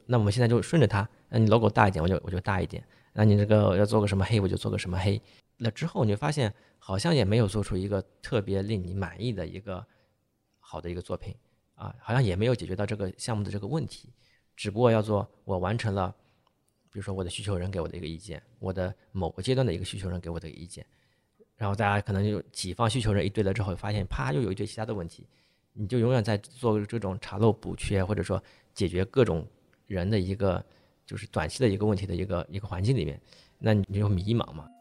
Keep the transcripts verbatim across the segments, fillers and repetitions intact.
那我们现在就顺着它，那你 logo 大一点我就我就大一点，那你这个要做个什么黑我就做个什么黑。那之后你就发现好像也没有做出一个特别令你满意的一个好的一个作品啊，好像也没有解决到这个项目的这个问题，只不过要做我完成了，比如说我的需求人给我的一个意见，我的某个阶段的一个需求人给我的一个意见，然后大家可能就几方需求人一对了之后，发现啪又有一堆其他的问题，你就永远在做这种查漏补缺，或者说解决各种人的一个就是短期的一个问题的一个一个环境里面，那你就迷茫嘛。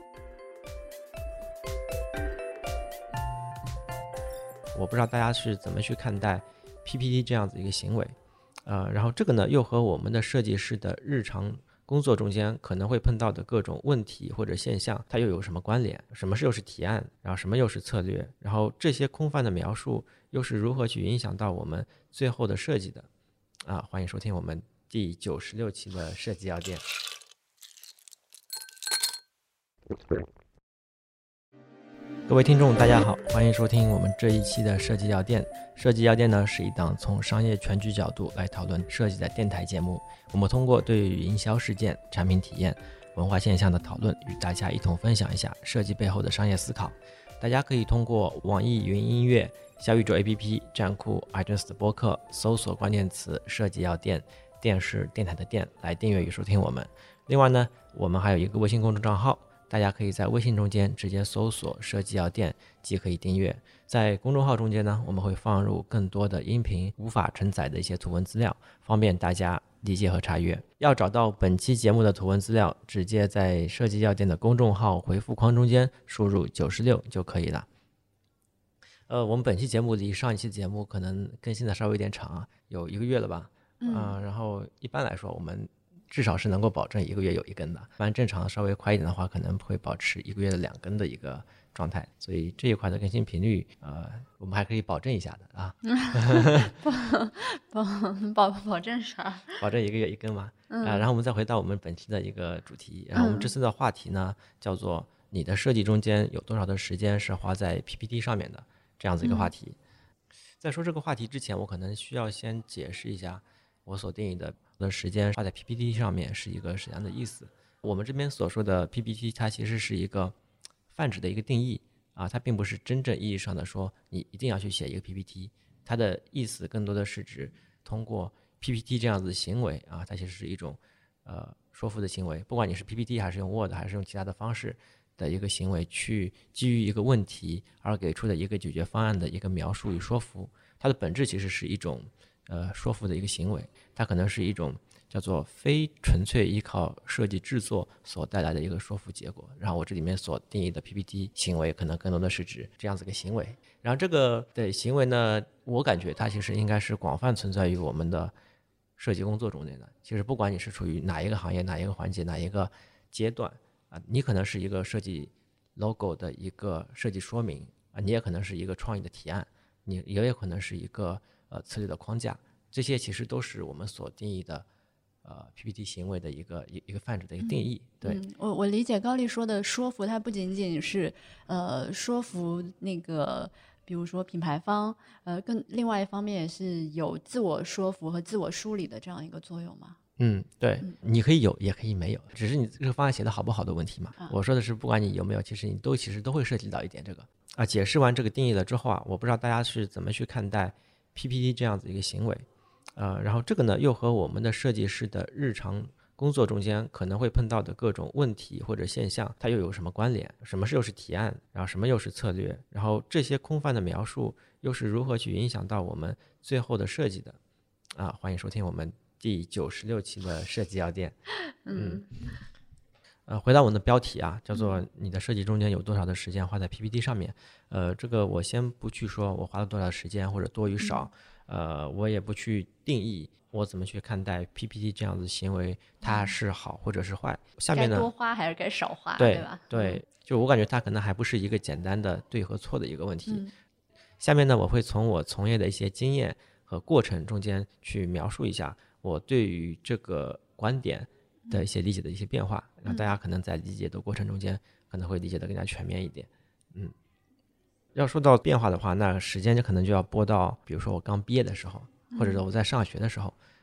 我不知道大家是怎么去看待 P P T 这样子一个行为，呃，然后这个呢又和我们的设计师的日常工作中间可能会碰到的各种问题或者现象，它又有什么关联？什么是又是提案，然后什么又是策略？然后这些空泛的描述又是如何去影响到我们最后的设计的？啊，欢迎收听我们第九十六期的设计药店。各位听众大家好，欢迎收听我们这一期的设计药店。设计药店呢是一档从商业全局角度来讨论设计的电台节目，我们通过对于营销事件、产品体验、文化现象的讨论，与大家一同分享一下设计背后的商业思考。大家可以通过网易云音乐、小宇宙 A P P、站酷、iTunes 的播客搜索关键词设计药店，电视电台的电来订阅与收听我们。另外呢，我们还有一个微信公众账号，大家可以在微信中间直接搜索设计药店即可以订阅。在公众号中间呢，我们会放入更多的音频无法承载的一些图文资料，方便大家理解和查阅。要找到本期节目的图文资料，直接在设计药店的公众号回复框中间输入九十六就可以了。呃，我们本期节目离上一期节目可能更新的稍微有点长啊，有一个月了吧。嗯、呃，然后一般来说我们至少是能够保证一个月有一更的，不然正常稍微快一点的话，可能会保持一个月的两更的一个状态。所以这一块的更新频率，呃，我们还可以保证一下的啊。 保保保证啥？ 保证一个月一更嘛。 嗯、 呃，然后我们再回到我们本期的一个主题，然后我们这次的话题呢，嗯、叫做你的设计中间有多少的时间是花在 P P T 上面的，这样子一个话题。嗯、在说这个话题之前，我可能需要先解释一下我所定义的。的时间花在 P P T 上面是一个什么样的意思？我们这边所说的 P P T 它其实是一个泛指的一个定义啊，它并不是真正意义上的说你一定要去写一个 P P T， 它的意思更多的是指通过 P P T 这样子的行为啊，它其实是一种呃说服的行为，不管你是 P P T 还是用 Word 还是用其他的方式的一个行为，去基于一个问题而给出的一个解决方案的一个描述与说服，它的本质其实是一种呃说服的一个行为，它可能是一种叫做非纯粹依靠设计制作所带来的一个说服结果。然后我这里面所定义的 P P T 行为可能更多的是指这样子一个行为。然后这个的行为呢，我感觉它其实应该是广泛存在于我们的设计工作中间的。其实不管你是处于哪一个行业、哪一个环节、哪一个阶段啊，你可能是一个设计 logo 的一个设计说明啊，你也可能是一个创意的提案，你也有可能是一个呃策略的框架，这些其实都是我们所定义的呃 P P T 行为的一个一一个泛指的一个定义。对、 嗯、我我理解高丽说的说服，它不仅仅是呃说服那个比如说品牌方，呃更另外一方面也是有自我说服和自我梳理的这样一个作用嘛。 嗯，对，嗯、你可以有也可以没有，只是你这个方案写的好不好的问题嘛。啊、我说的是不管你有没有，其实你都其实都会涉及到一点这个啊。解释完这个定义了之后啊，我不知道大家是怎么去看待 P P T 这样子一个行为。呃，然后这个呢，又和我们的设计师的日常工作中间可能会碰到的各种问题或者现象，它又有什么关联？什么是又是提案？然后什么又是策略？然后这些空泛的描述又是如何去影响到我们最后的设计的？啊，欢迎收听我们第九十六期的设计药店。嗯。呃，回到我们的标题啊，叫做你的设计中间有多少的时间花在 P P T 上面？呃，这个我先不去说我花了多少时间或者多与少。嗯呃，我也不去定义我怎么去看待 P P T 这样子行为，它是好或者是坏。下面呢， 该多花还是该少花， 对， 对吧？ 对， 嗯、 就我感觉它可能还不是一个简单的对和错的一个问题。嗯、下面呢，我会从我从业的一些经验和过程中间去描述一下我对于这个观点的一些理解的一些变化，让、嗯、大家可能在理解的过程中间可能会理解的更加全面一点。嗯。要说到变化的话，那时间就可能就要拨到比如说我刚毕业的时候，或者说我在上学的时候，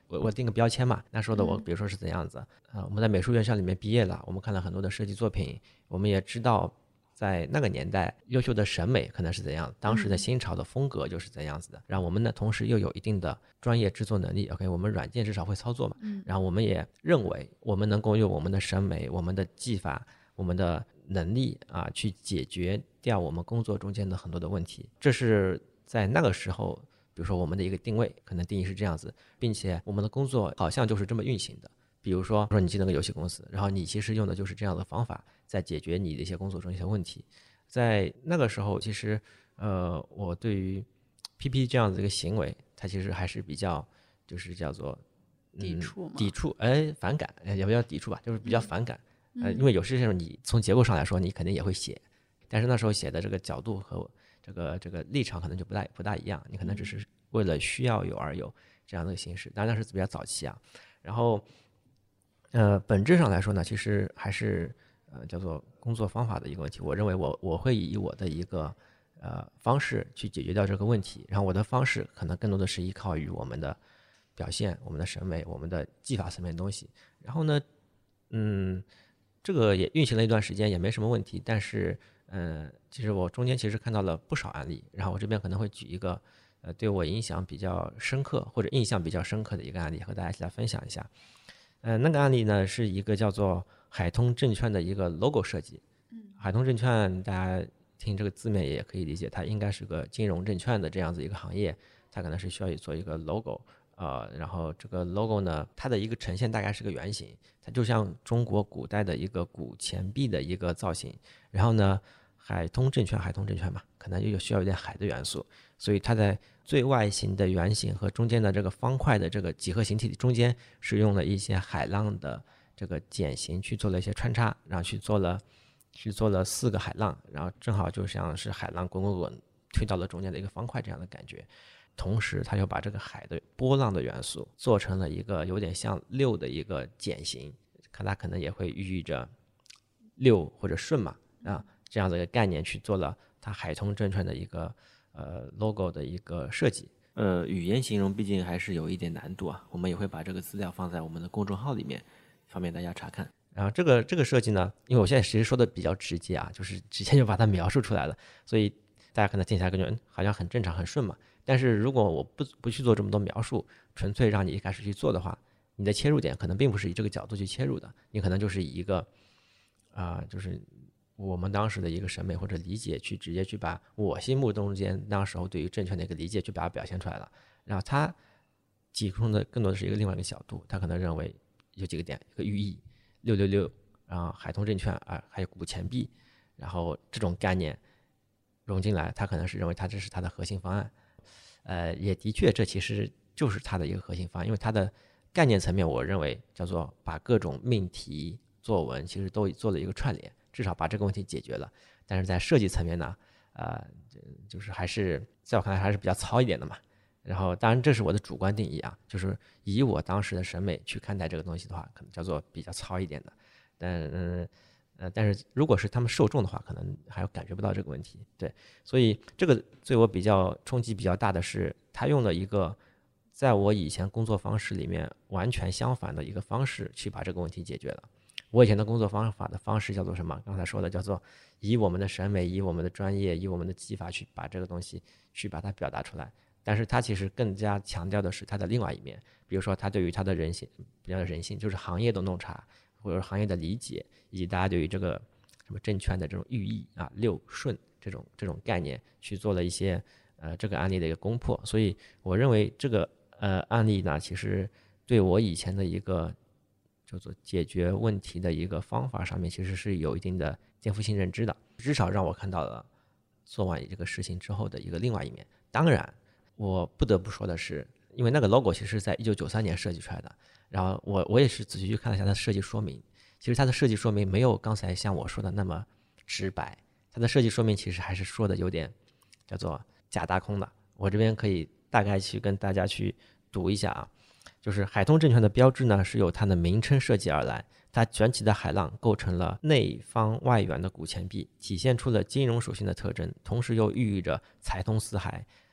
我我定个标签嘛，那时候的我比如说是怎样子，呃，我们在美术院校里面毕业了，我们看了很多的设计作品，我们也知道在那个年代优秀的审美可能是怎样，当时的新潮的风格就是怎样子的，然后我们呢同时又有一定的专业制作能力 OK 我们软件至少会操作嘛，然后我们也认为我们能够用我们的审美我们的技法我们的能力啊去解决掉我们工作中间的很多的问题，这是在那个时候比如说我们的一个定位可能定义是这样子，并且我们的工作好像就是这么运行的，比如说说你进了个游戏公司，然后你其实用的就是这样的方法在解决你的一些工作中一些问题，在那个时候其实呃我对于 P P T 这样子一个行为它其实还是比较就是叫做、 嗯、抵触吗？ 抵触哎反感也不叫抵触吧，就是比较反感、嗯、呃因为有些时候你从结构上来说你肯定也会写，但是那时候写的这个角度和这个这个立场可能就不大不大一样，你可能只是为了需要有而有这样的形式，当然那是比较早期啊。然后，呃，本质上来说呢，其实还是呃叫做工作方法的一个问题。我认为我我会以我的一个呃方式去解决掉这个问题，然后我的方式可能更多的是依靠于我们的表现、我们的审美、我们的技法层面的东西。然后呢，嗯，这个也运行了一段时间，也没什么问题，但是。嗯，其实我中间其实看到了不少案例，然后我这边可能会举一个，呃，对我影响比较深刻或者印象比较深刻的一个案例和大家一起来分享一下。嗯、呃，那个案例呢是一个叫做海通证券的一个 logo 设计。海通证券大家听这个字面也可以理解，它应该是个金融证券的这样子一个行业，它可能是需要做一个 logo。呃，然后这个 logo 呢，它的一个呈现大概是个圆形，它就像中国古代的一个古钱币的一个造型。然后呢，海通证券，海通证券嘛，可能又需要一点海的元素，所以它在最外形的圆形和中间的这个方块的这个几何形体中间是用了一些海浪的这个茧形去做了一些穿插，然后去做了去做了四个海浪，然后正好就像是海浪滚滚滚推到了中间的一个方块这样的感觉。同时，它又把这个海的波浪的元素做成了一个有点像六的一个茧形，看它可能也会寓意着六或者顺嘛啊这样的一个概念去做了它海通证券的一个呃 logo 的一个设计。呃，语言形容毕竟还是有一点难度啊，我们也会把这个资料放在我们的公众号里面，方便大家查看。然后这个这个设计呢，因为我现在其实说的比较直接啊，就是直接就把它描述出来了，所以大家可能听起来感觉嗯好像很正常很顺嘛。但是如果我不不去做这么多描述，纯粹让你一开始去做的话，你的切入点可能并不是以这个角度去切入的，你可能就是以一个啊、呃，就是我们当时的一个审美或者理解去直接去把我心目中间那时候对于证券的一个理解去把它表现出来了，然后它集中的更多的是一个另外一个角度，他可能认为有几个点，一个寓意六六六，然后海通证券啊，还有古钱币，然后这种概念融进来，他可能是认为它这是它的核心方案。呃，也的确，这其实就是它的一个核心方案，因为它的概念层面，我认为叫做把各种命题作文其实都做了一个串联，至少把这个问题解决了。但是在设计层面呢，呃，就是还是在我看来还是比较糙一点的嘛。然后，当然这是我的主观定义啊，就是以我当时的审美去看待这个东西的话，可能叫做比较糙一点的。但嗯。呃，但是如果是他们受众的话，可能还感觉不到这个问题。对，所以这个对我比较冲击比较大的是，他用了一个在我以前工作方式里面完全相反的一个方式去把这个问题解决了。我以前的工作方法的方式叫做什么？刚才说的叫做以我们的审美、以我们的专业、以我们的技法去把这个东西去把它表达出来。但是他其实更加强调的是他的另外一面，比如说他对于他的人性，比较人性，就是行业的洞察。或者行业的理解，以及大家对于这个什么证券的这种寓意啊、六顺这种这种概念，去做了一些呃这个案例的一个攻破。所以我认为这个呃案例呢，其实对我以前的一个叫做解决问题的一个方法上面，其实是有一定的颠覆性认知的，至少让我看到了做完这个事情之后的一个另外一面。当然，我不得不说的是，因为那个 logo 其实是在一九九三年设计出来的。然后我我也是仔细去看了一下它的设计说明，其实它的设计说明没有刚才像我说的那么直白，它的设计说明其实还是说的有点叫做假大空的。我这边可以大概去跟大家去读一下啊，就是海通证券的标志呢是由它的名称设计而来，它卷起的海浪构成了内方外圆的古钱币，体现出了金融属性的特征，同时又寓意着财通四海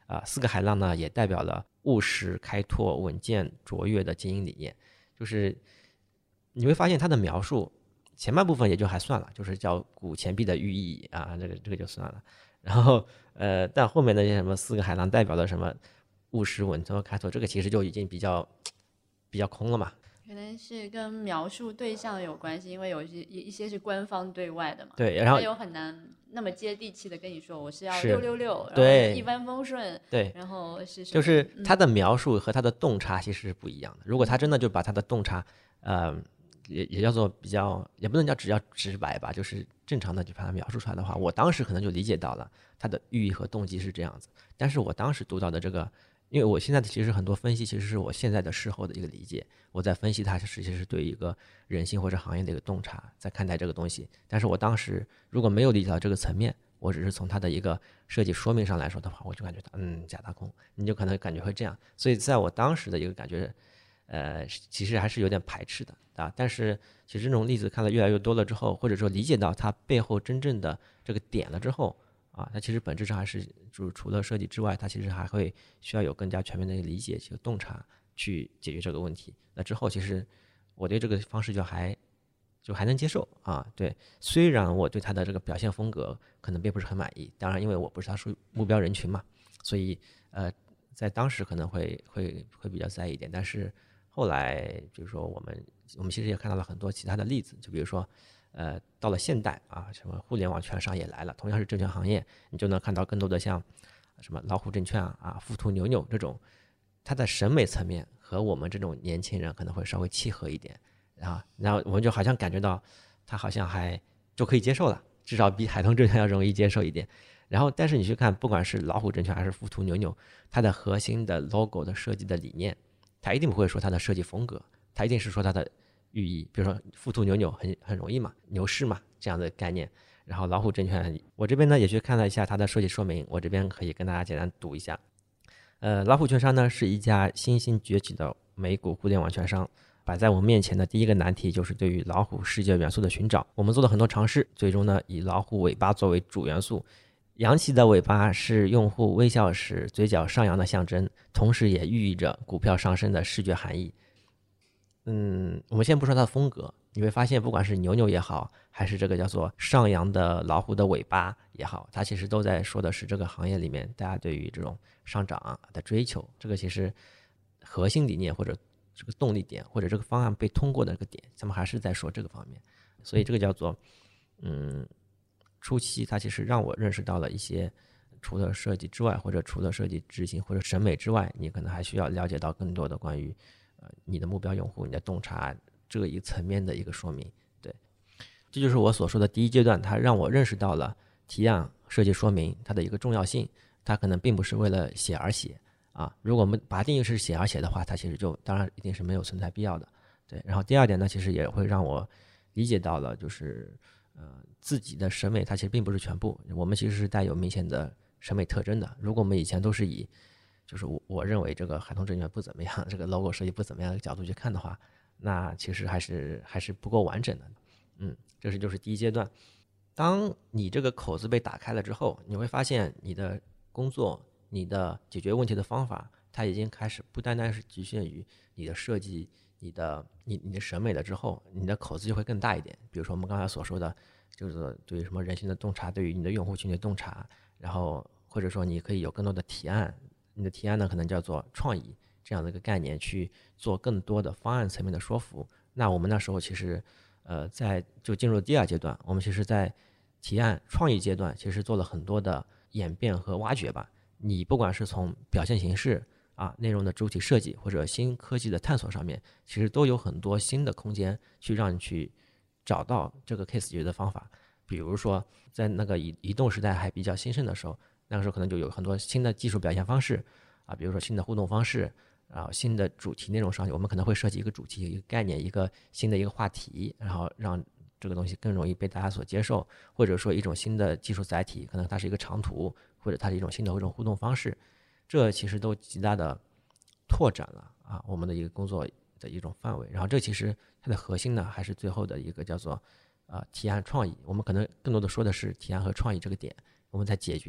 啊，四个海浪呢也代表了务实、开拓、稳健、卓越的经营理念。就是你会发现它的描述前半部分也就还算了，就是叫古钱币的寓意啊，这个这个就算了。然后呃，但后面那些什么四个海浪代表了什么务实、稳妥、开拓，这个其实就已经比较比较空了嘛。 可能是跟描述对象有关系，因为有一些一些是官方对外的嘛， 对，然后他有很难那么接地气的跟你说我是要是六六六，然后对一帆风顺， 对， 然后是什么就是嗯它的描述和它的洞察其实是不一样的。如果他真的就把他的洞察，呃，也也叫做比较，也不能叫只要直白吧，就是正常的就把它描述出来的话，我当时可能就理解到了它的寓意和动机是这样子。但是我当时读到的这个，因为我现在的其实很多分析，其实是我现在的事后的一个理解，我在分析它实际是对一个人性或者行业的一个洞察，在看待这个东西。但是我当时如果没有理解到这个层面，我只是从它的一个设计说明上来说的话，我就感觉到嗯假大空，你就可能感觉会这样。所以在我当时的一个感觉，呃，其实还是有点排斥的啊。但是其实这种例子看了越来越多了之后，或者说理解到它背后真正的这个点了之后，啊，它其实本质上还是就是除了设计之外，它其实还会需要有更加全面的理解、去洞察去解决这个问题。那之后，其实我对这个方式就还就还能接受啊。对，虽然我对他的这个表现风格可能并不是很满意，当然因为我不是他属于目标人群嘛，所以呃，在当时可能会会会比较在意一点。但是后来，比如说我们我们其实也看到了很多其他的例子，就比如说。呃，到了现代啊，什么互联网券商也来了，同样是证券行业，你就能看到更多的像什么老虎证券啊、富途牛牛这种，它的审美层面和我们这种年轻人可能会稍微契合一点啊，然后我们就好像感觉到它好像还就可以接受了，至少比海通证券要容易接受一点。然后，但是你去看，不管是老虎证券还是富途牛牛，它的核心的 logo 的设计的理念，它一定不会说它的设计风格，它一定是说它的寓意，比如说富途牛牛很很容易嘛，牛市嘛这样的概念。然后老虎证券，我这边呢也去看了一下它的设计说明，我这边可以跟大家简单读一下。呃，老虎券商呢是一家新兴崛起的美股互联网券商，摆在我们面前的第一个难题就是对于老虎视觉元素的寻找。我们做了很多尝试，最终呢以老虎尾巴作为主元素。扬起的尾巴是用户微笑时嘴角上扬的象征，同时也寓意着股票上升的视觉含义。嗯，我们先不说它的风格，你会发现，不管是牛牛也好，还是这个叫做上扬的老虎的尾巴也好，它其实都在说的是这个行业里面大家对于这种上涨的追求。这个其实核心理念或者这个动力点，或者这个方案被通过的这个点，他们还是在说这个方面。所以这个叫做，嗯，初期它其实让我认识到了一些除了设计之外，或者除了设计执行或者审美之外，你可能还需要了解到更多的关于呃你的目标用户、你的洞察这一层面的一个说明。对，这就是我所说的第一阶段，它让我认识到了提案设计说明它的一个重要性。它可能并不是为了写而写啊，如果我们把它定义是写而写的话，它其实就当然一定是没有存在必要的。对，然后第二点呢，其实也会让我理解到了，就是呃自己的审美它其实并不是全部，我们其实是带有明显的审美特征的。如果我们以前都是以就是我我认为这个海通证券不怎么样，这个 logo 设计不怎么样的角度去看的话，那其实还是还是不够完整的。嗯，这是就是第一阶段。当你这个口子被打开了之后，你会发现你的工作、你的解决问题的方法，它已经开始不单单是局限于你的设计、你的你你的审美了之后，你的口子就会更大一点。比如说我们刚才所说的，就是对于什么人性的洞察，对于你的用户群的洞察，然后或者说你可以有更多的提案，你的提案呢可能叫做创意这样的一个概念，去做更多的方案层面的说服。那我们那时候其实，呃，在就进入第二阶段，我们其实在提案创意阶段，其实做了很多的演变和挖掘吧。你不管是从表现形式啊、内容的主体设计或者新科技的探索上面，其实都有很多新的空间去让你去找到这个 case 解决的方法。比如说，在那个移移动时代还比较兴盛的时候，那个时候可能就有很多新的技术表现方式啊，比如说新的互动方式，然后新的主题内容上，我们可能会设计一个主题、一个概念、一个新的一个话题，然后让这个东西更容易被大家所接受，或者说一种新的技术载体，可能它是一个长图，或者它是一种新的一种互动方式，这其实都极大的拓展了啊我们的一个工作的一种范围。然后这其实它的核心呢，还是最后的一个叫做呃提案创意。我们可能更多的说的是提案和创意这个点，我们在解决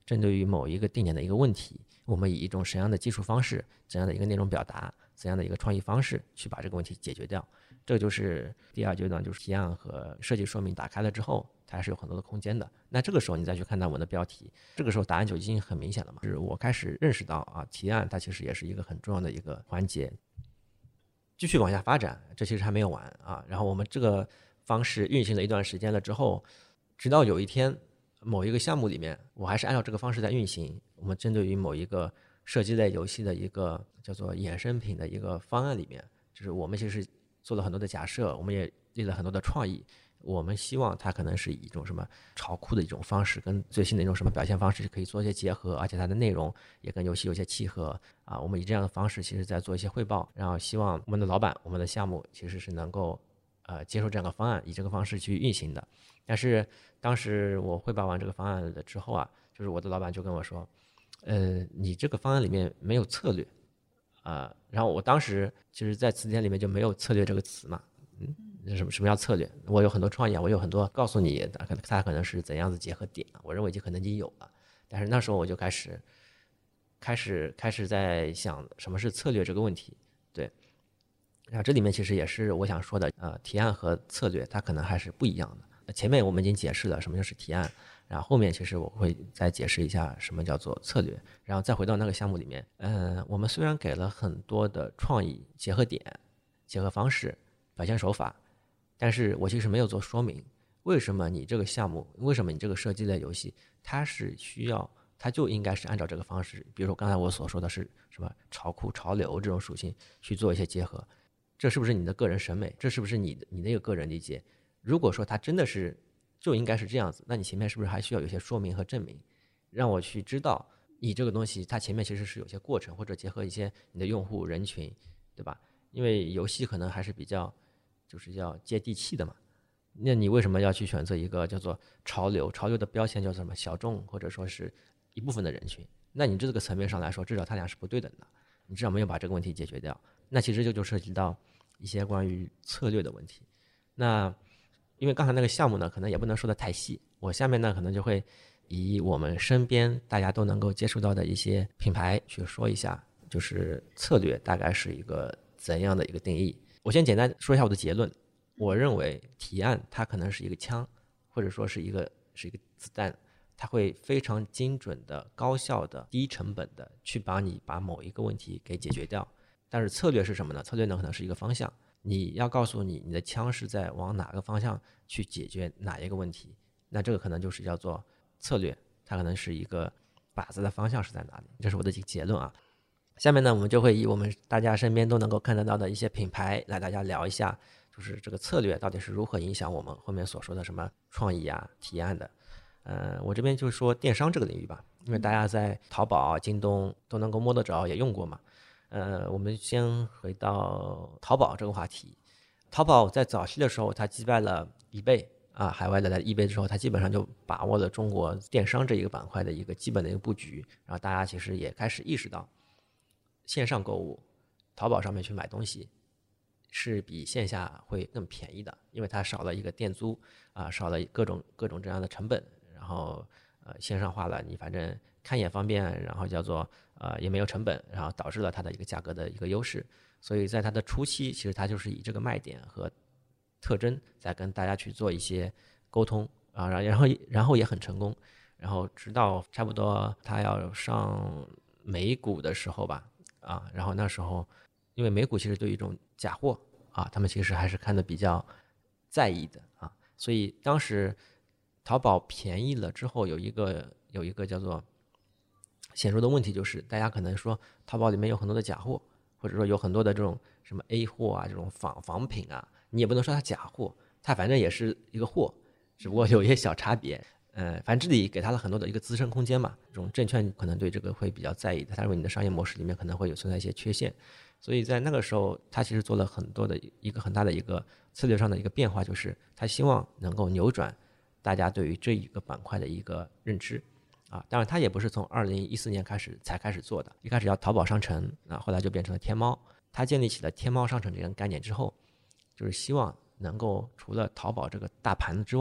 针对于某一个定点的一个问题，我们以一种什么样的技术方式、怎样的一个内容表达、怎样的一个创意方式去把这个问题解决掉。这就是第二阶段，就是提案和设计说明打开了之后，它还是有很多的空间的。那这个时候你再去看到我的标题，这个时候答案就已经很明显了嘛，就是我开始认识到啊，提案它其实也是一个很重要的一个环节。继续往下发展，这其实还没有完啊。然后我们这个方式运行了一段时间了之后，直到有一天某一个项目里面，我还是按照这个方式在运行。我们针对于某一个射击类游戏的一个叫做衍生品的一个方案里面，就是我们其实做了很多的假设，我们也立了很多的创意。我们希望它可能是以一种什么潮酷的一种方式，跟最新的一种什么表现方式可以做一些结合，而且它的内容也跟游戏有些契合啊。我们以这样的方式，其实在做一些汇报，然后希望我们的老板、我们的项目其实是能够呃接受这样的方案，以这个方式去运行的。但是当时我汇报完这个方案了之后啊，就是我的老板就跟我说，呃，你这个方案里面没有策略啊、呃。然后我当时其实，在词典里面就没有策略这个词嘛。嗯，什么什么叫策略？我有很多创意啊，我有很多告诉你，它它可能是怎样子结合点，我认为已经可能已经有了。但是那时候我就开始，开始开始在想什么是策略这个问题。对，然后这里面其实也是我想说的，呃，提案和策略它可能还是不一样的。前面我们已经解释了什么就是提案，然后后面其实我会再解释一下什么叫做策略，然后再回到那个项目里面。嗯、呃，我们虽然给了很多的创意结合点、结合方式、表现手法，但是我其实没有做说明，为什么你这个项目，为什么你这个射击类游戏，它是需要，它就应该是按照这个方式，比如说刚才我所说的是什么潮酷、潮流这种属性去做一些结合，这是不是你的个人审美？这是不是你的你的一个个人理解？如果说它真的是就应该是这样子，那你前面是不是还需要有些说明和证明，让我去知道你这个东西它前面其实是有些过程，或者结合一些你的用户人群，对吧？因为游戏可能还是比较就是要接地气的嘛。那你为什么要去选择一个叫做潮流？潮流的标签叫做什么？小众或者说是一部分的人群？那你这个层面上来说，至少它俩是不对等的，你至少没有把这个问题解决掉。那其实这就涉及到一些关于策略的问题。那因为刚才那个项目呢，可能也不能说的太细，我下面呢可能就会以我们身边大家都能够接触到的一些品牌去说一下，就是策略大概是一个怎样的一个定义。我先简单说一下我的结论，我认为提案它可能是一个枪，或者说是一个是一个子弹，它会非常精准的、高效的、低成本的去帮你把某一个问题给解决掉。但是策略是什么呢？策略呢可能是一个方向，你要告诉你你的枪是在往哪个方向去解决哪一个问题，那这个可能就是叫做策略，它可能是一个靶子的方向是在哪里，这是我的几个结论啊。下面呢，我们就会以我们大家身边都能够看得到的一些品牌来大家聊一下，就是这个策略到底是如何影响我们后面所说的什么创意啊、提案的。呃，我这边就说电商这个领域吧，因为大家在淘宝、京东都能够摸得着，也用过嘛。呃，我们先回到淘宝这个话题。淘宝在早期的时候，它击败了易贝啊，海外的在易贝之后，它基本上就把握了中国电商这一个板块的一个基本的一个布局。然后大家其实也开始意识到，线上购物，淘宝上面去买东西，是比线下会更便宜的，因为它少了一个店租啊，少了各种各种这样的成本，然后呃线上化了，你反正看也方便，然后叫做呃也没有成本，然后导致了它的一个价格的一个优势。所以在它的初期，其实它就是以这个卖点和特征在跟大家去做一些沟通啊，然后然后也很成功，然后直到差不多它要上美股的时候吧，啊，然后那时候因为美股其实对于一种假货啊，他们其实还是看得比较在意的啊，所以当时淘宝便宜了之后，有一个有一个叫做显著的问题，就是大家可能说淘宝里面有很多的假货，或者说有很多的这种什么 A 货啊，这种仿仿品啊，你也不能说它假货，它反正也是一个货，只不过有一些小差别。呃，反正这里给他了很多的一个滋生空间嘛。这种证券可能对这个会比较在意的，他认为你的商业模式里面可能会有存在一些缺陷，所以在那个时候，他其实做了很多的一个很大的一个策略上的一个变化，就是他希望能够扭转大家对于这一个板块的一个认知啊。当然，他也不是从二零一四年开始才开始做的，一开始叫淘宝商城啊，后来就变成了天猫。他建立起了天猫商城这个概念之后，就是希望能够除了淘宝这个大盘子之外，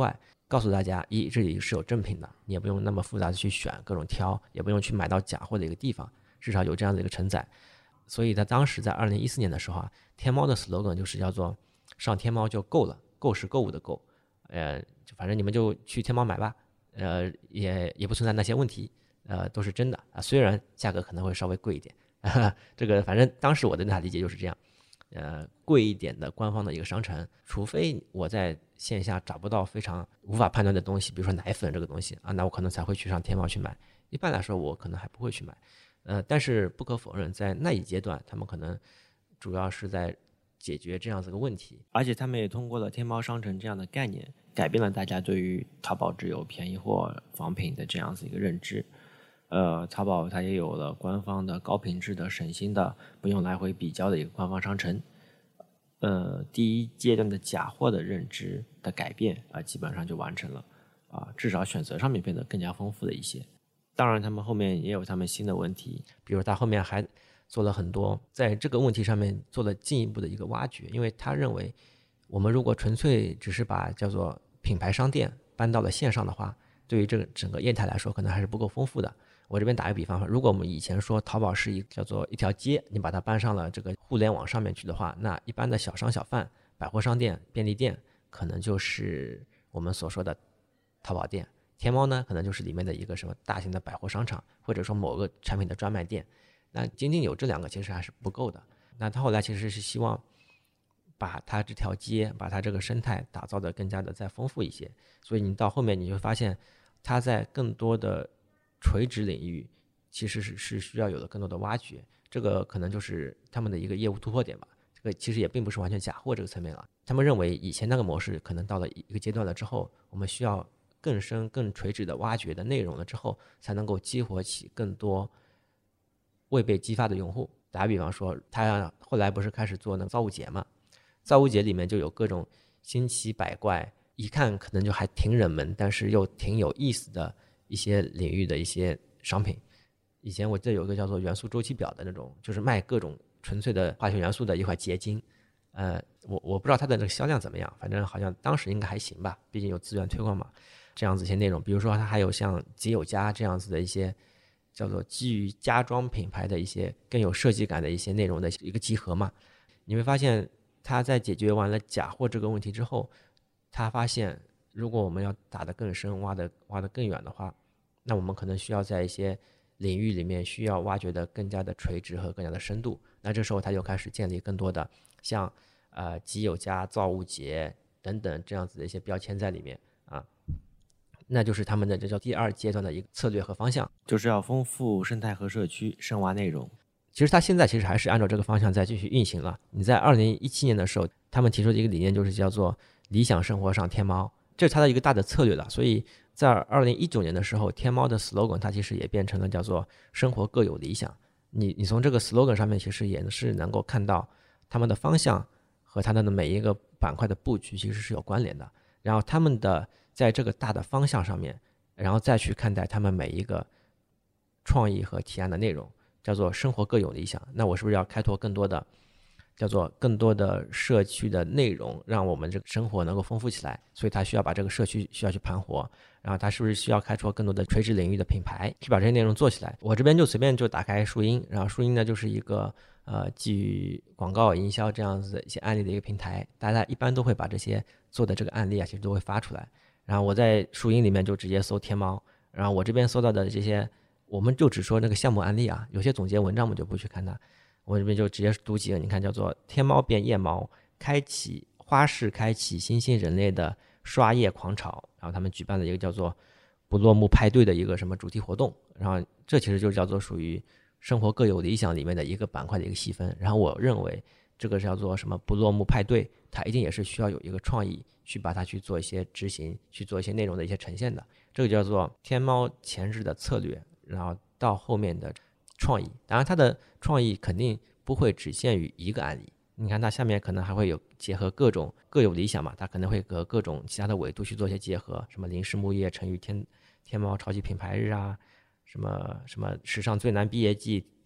告诉大家，一这里是有正品的，你也不用那么复杂的去选各种挑，也不用去买到假货的一个地方，至少有这样的一个承载。所以在当时在二零一四年的时候啊，天猫的 slogan 就是叫做上天猫就够了，购是购物的购，呃，就反正你们就去天猫买吧，呃，也也不存在那些问题，呃，都是真的啊，虽然价格可能会稍微贵一点，这个反正当时我的那理解就是这样。呃，贵一点的官方的一个商城，除非我在线下找不到非常无法判断的东西，比如说奶粉这个东西啊，那我可能才会去上天猫去买。一般来说，我可能还不会去买。呃，但是不可否认，在那一阶段，他们可能主要是在解决这样子的问题，而且他们也通过了天猫商城这样的概念，改变了大家对于淘宝只有便宜货仿品的这样子一个认知。呃，淘宝它也有了官方的高品质的省心的不用来回比较的一个官方商城。呃，第一阶段的假货的认知的改变啊、呃，基本上就完成了啊、呃，至少选择上面变得更加丰富了一些。当然，他们后面也有他们新的问题，比如他后面还做了很多在这个问题上面做了进一步的一个挖掘，因为他认为我们如果纯粹只是把叫做品牌商店搬到了线上的话，对于这个整个业态来说可能还是不够丰富的。我这边打个比方，如果我们以前说淘宝是一叫做一条街，你把它搬上了这个互联网上面去的话，那一般的小商小贩、百货商店、便利店可能就是我们所说的淘宝店。天猫呢，可能就是里面的一个什么大型的百货商场，或者说某个产品的专卖店。那仅仅有这两个其实还是不够的。那他后来其实是希望把它这条街、把它这个生态打造的更加的再丰富一些。所以你到后面你会发现，它在更多的垂直领域其实是是需要有了更多的挖掘，这个可能就是他们的一个业务突破点吧。这个其实也并不是完全假货这个层面了。他们认为以前那个模式可能到了一个阶段了之后，我们需要更深更垂直的挖掘的内容了之后，才能够激活起更多未被激发的用户。打比方说，他后来不是开始做那个造物节嘛？造物节里面就有各种新奇百怪，一看可能就还挺冷门，但是又挺有意思的一些领域的一些商品。以前我记得有一个叫做元素周期表的那种，就是卖各种纯粹的化学元素的一块结晶。呃，我我不知道它的那个销量怎么样，反正好像当时应该还行吧，毕竟有资源推广嘛。这样子一些内容，比如说它还有像吉友家这样子的一些叫做基于家装品牌的一些更有设计感的一些内容的一个集合嘛。你会发现它在解决完了假货这个问题之后，他发现如果我们要打得更深，挖得挖得更远的话，那我们可能需要在一些领域里面需要挖掘的更加的垂直和更加的深度。那这时候他就开始建立更多的像呃吉友家、造物节等等这样子的一些标签在里面啊，那就是他们的这叫第二阶段的一个策略和方向，就是要丰富生态和社区，深挖内容。其实他现在其实还是按照这个方向在继续运行了。你在二零一七年的时候，他们提出的一个理念就是叫做理想生活上天猫，这是他的一个大的策略了。所以在二零一九年的时候，天猫的 slogan 它其实也变成了叫做生活各有理想。你你从这个 slogan 上面其实也是能够看到他们的方向和他们的每一个板块的布局其实是有关联的。然后他们的在这个大的方向上面，然后再去看待他们每一个创意和提案的内容，叫做生活各有理想。那我是不是要开拓更多的叫做更多的社区的内容，让我们这个生活能够丰富起来？所以他需要把这个社区需要去盘活，然后他是不是需要开拓更多的垂直领域的品牌，去把这些内容做起来？我这边就随便就打开树荫，然后树荫呢就是一个呃基于广告营销这样子的一些案例的一个平台，大家一般都会把这些做的这个案例啊，其实都会发出来。然后我在树荫里面就直接搜天猫，然后我这边搜到的这些，我们就只说那个项目案例啊，有些总结文章我们就不去看它。我这边就直接读几个，你看叫做天猫变夜猫，开启花式开启新兴人类的刷夜狂潮，然后他们举办了一个叫做不落幕派对的一个什么主题活动，然后这其实就叫做属于生活各有理想里面的一个板块的一个细分。然后我认为这个叫做什么不落幕派对，它一定也是需要有一个创意去把它去做一些执行，去做一些内容的一些呈现的。这个叫做天猫前置的策略，然后到后面的创意，当然它的创意肯定不会只限于一个案例。你看它下面可能还会有结合各种各有理想嘛，它可能会和各种其他的维度去做一些结合，什么林氏木业成于天天猫超级品牌日啊，什么什么史上最难毕业季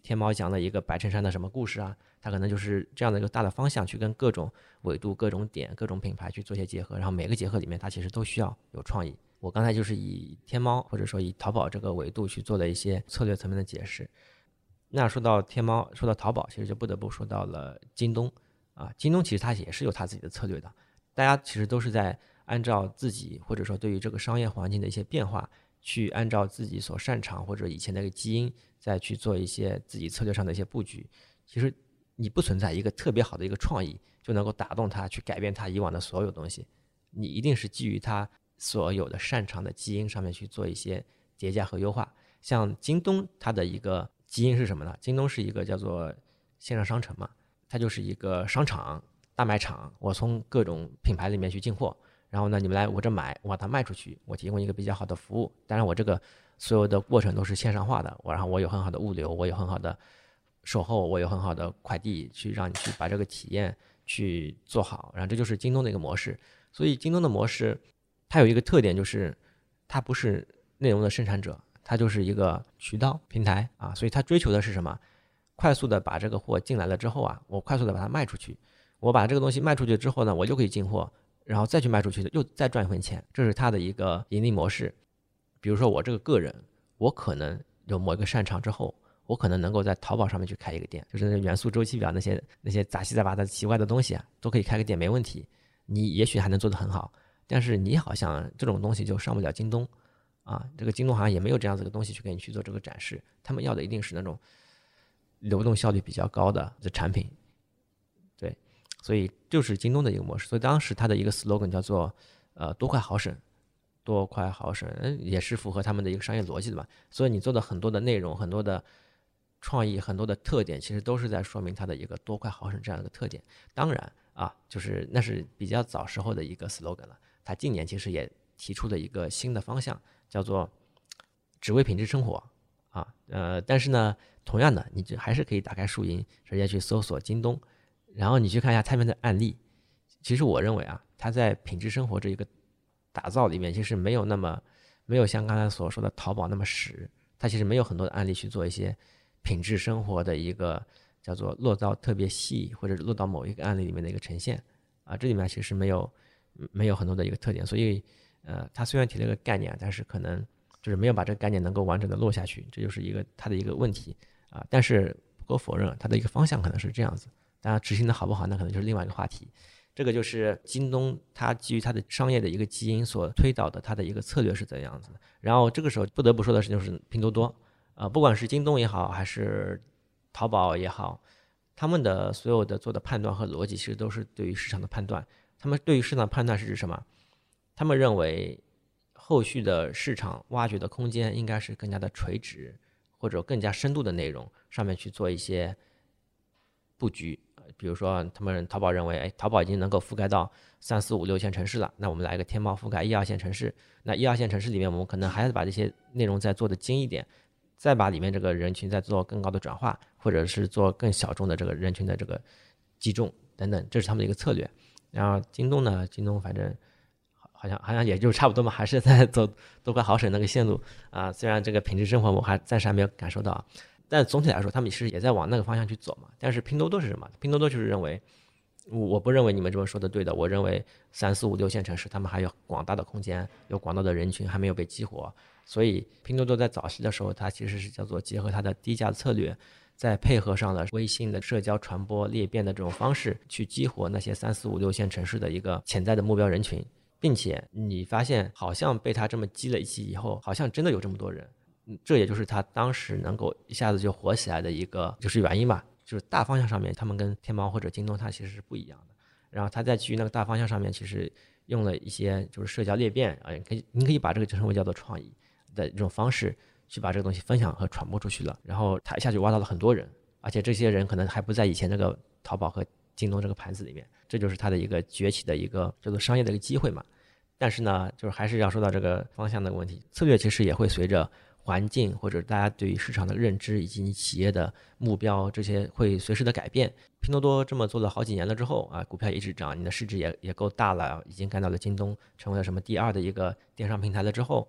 天猫讲了一个白衬衫的什么故事啊，它可能就是这样的一个大的方向去跟各种纬度、各种点、各种品牌去做一些结合，然后每个结合里面它其实都需要有创意。我刚才就是以天猫或者说以淘宝这个维度去做了一些策略层面的解释。那说到天猫，说到淘宝，其实就不得不说到了京东啊。京东其实它也是有它自己的策略的，大家其实都是在按照自己或者说对于这个商业环境的一些变化，去按照自己所擅长或者以前的一个基因，再去做一些自己策略上的一些布局。其实你不存在一个特别好的一个创意就能够打动他去改变他以往的所有东西，你一定是基于他所有的擅长的基因上面去做一些叠加和优化。像京东它的一个基因是什么呢？京东是一个叫做线上商城嘛，它就是一个商场大卖场，我从各种品牌里面去进货，然后呢你们来我这买，我把它卖出去，我提供一个比较好的服务。当然我这个所有的过程都是线上化的，我然后我有很好的物流，我有很好的售后，我有很好的快递，去让你去把这个体验去做好，然后这就是京东的一个模式。所以京东的模式它有一个特点，就是它不是内容的生产者，它就是一个渠道平台啊，所以它追求的是什么？快速的把这个货进来了之后啊，我快速的把它卖出去，我把这个东西卖出去之后呢，我就可以进货，然后再去卖出去，又再赚一份钱，这是它的一个盈利模式。比如说我这个个人，我可能有某一个擅长之后，我可能能够在淘宝上面去开一个店，就是那元素周期表那些那些杂七杂八的奇怪的东西啊，都可以开个店没问题。你也许还能做得很好，但是你好像这种东西就上不了京东啊，这个京东好像也没有这样子的东西去给你去做这个展示，他们要的一定是那种流动效率比较高的的产品，对，所以就是京东的一个模式。所以当时它的一个 slogan 叫做呃多快好省，多快好省，也是符合他们的一个商业逻辑的嘛。所以你做的很多的内容、很多的创意、很多的特点，其实都是在说明它的一个多快好省这样的一个特点。当然啊，就是那是比较早时候的一个 slogan 了。它近年其实也提出了一个新的方向，叫做只为品质生活啊。呃，但是呢，同样的，你这还是可以打开树荫，直接去搜索京东，然后你去看一下他们的案例。其实我认为啊，它在品质生活这一个打造里面，其实没有那么没有像刚才所说的淘宝那么实，它其实没有很多的案例去做一些品质生活的一个叫做落到特别细或者落到某一个案例里面的一个呈现啊，这里面其实没有没有很多的一个特点，所以呃，它虽然提了一个概念，但是可能就是没有把这个概念能够完整的落下去，这就是一个它的一个问题啊。但是不可否认，它的一个方向可能是这样子，当然执行的好不好，那可能就是另外一个话题。这个就是京东它基于它的商业的一个基因所推导的它的一个策略是怎样子的。然后这个时候不得不说的是，就是拼多多，呃，不管是京东也好，还是淘宝也好，他们的所有的做的判断和逻辑，其实都是对于市场的判断。他们对于市场判断是指什么？他们认为后续的市场挖掘的空间应该是更加的垂直，或者更加深度的内容上面去做一些布局。比如说他们淘宝认为，哎，淘宝已经能够覆盖到三四五六线城市了，那我们来一个天猫覆盖一二线城市。那一二线城市里面，我们可能还是把这些内容再做的精一点，再把里面这个人群再做更高的转化，或者是做更小众的这个人群的这个击中等等，这是他们的一个策略。然后京东呢，京东反正好像好像也就差不多嘛，还是在走多快好省那个线路啊。虽然这个品质生活我还暂时还没有感受到，但总体来说，他们其实也在往那个方向去走嘛。但是拼多多是什么？拼多多就是认为，我不认为你们这么说的对的。我认为三四五六线城市，他们还有广大的空间，有广大的人群还没有被激活。所以拼多多在早期的时候，它其实是叫做结合它的低价策略，再配合上了微信的社交传播裂变的这种方式，去激活那些三四五六线城市的一个潜在的目标人群。并且你发现，好像被它这么激了一气以后，好像真的有这么多人。这也就是他当时能够一下子就火起来的一个就是原因吧，就是大方向上面他们跟天猫或者京东它其实是不一样的。然后他在基于那个大方向上面，其实用了一些就是社交裂变啊，可以你可以把这个称为叫做创意的这种方式去把这个东西分享和传播出去了。然后他一下就挖到了很多人，而且这些人可能还不在以前这个淘宝和京东这个盘子里面，这就是他的一个崛起的一个叫做商业的一个机会嘛。但是呢，就是还是要说到这个方向的问题，策略其实也会随着环境或者大家对于市场的认知以及你企业的目标这些会随时的改变。拼多多这么做了好几年了之后啊，股票一直涨，你的市值也也够大了，已经干到了京东成为了什么第二的一个电商平台了之后，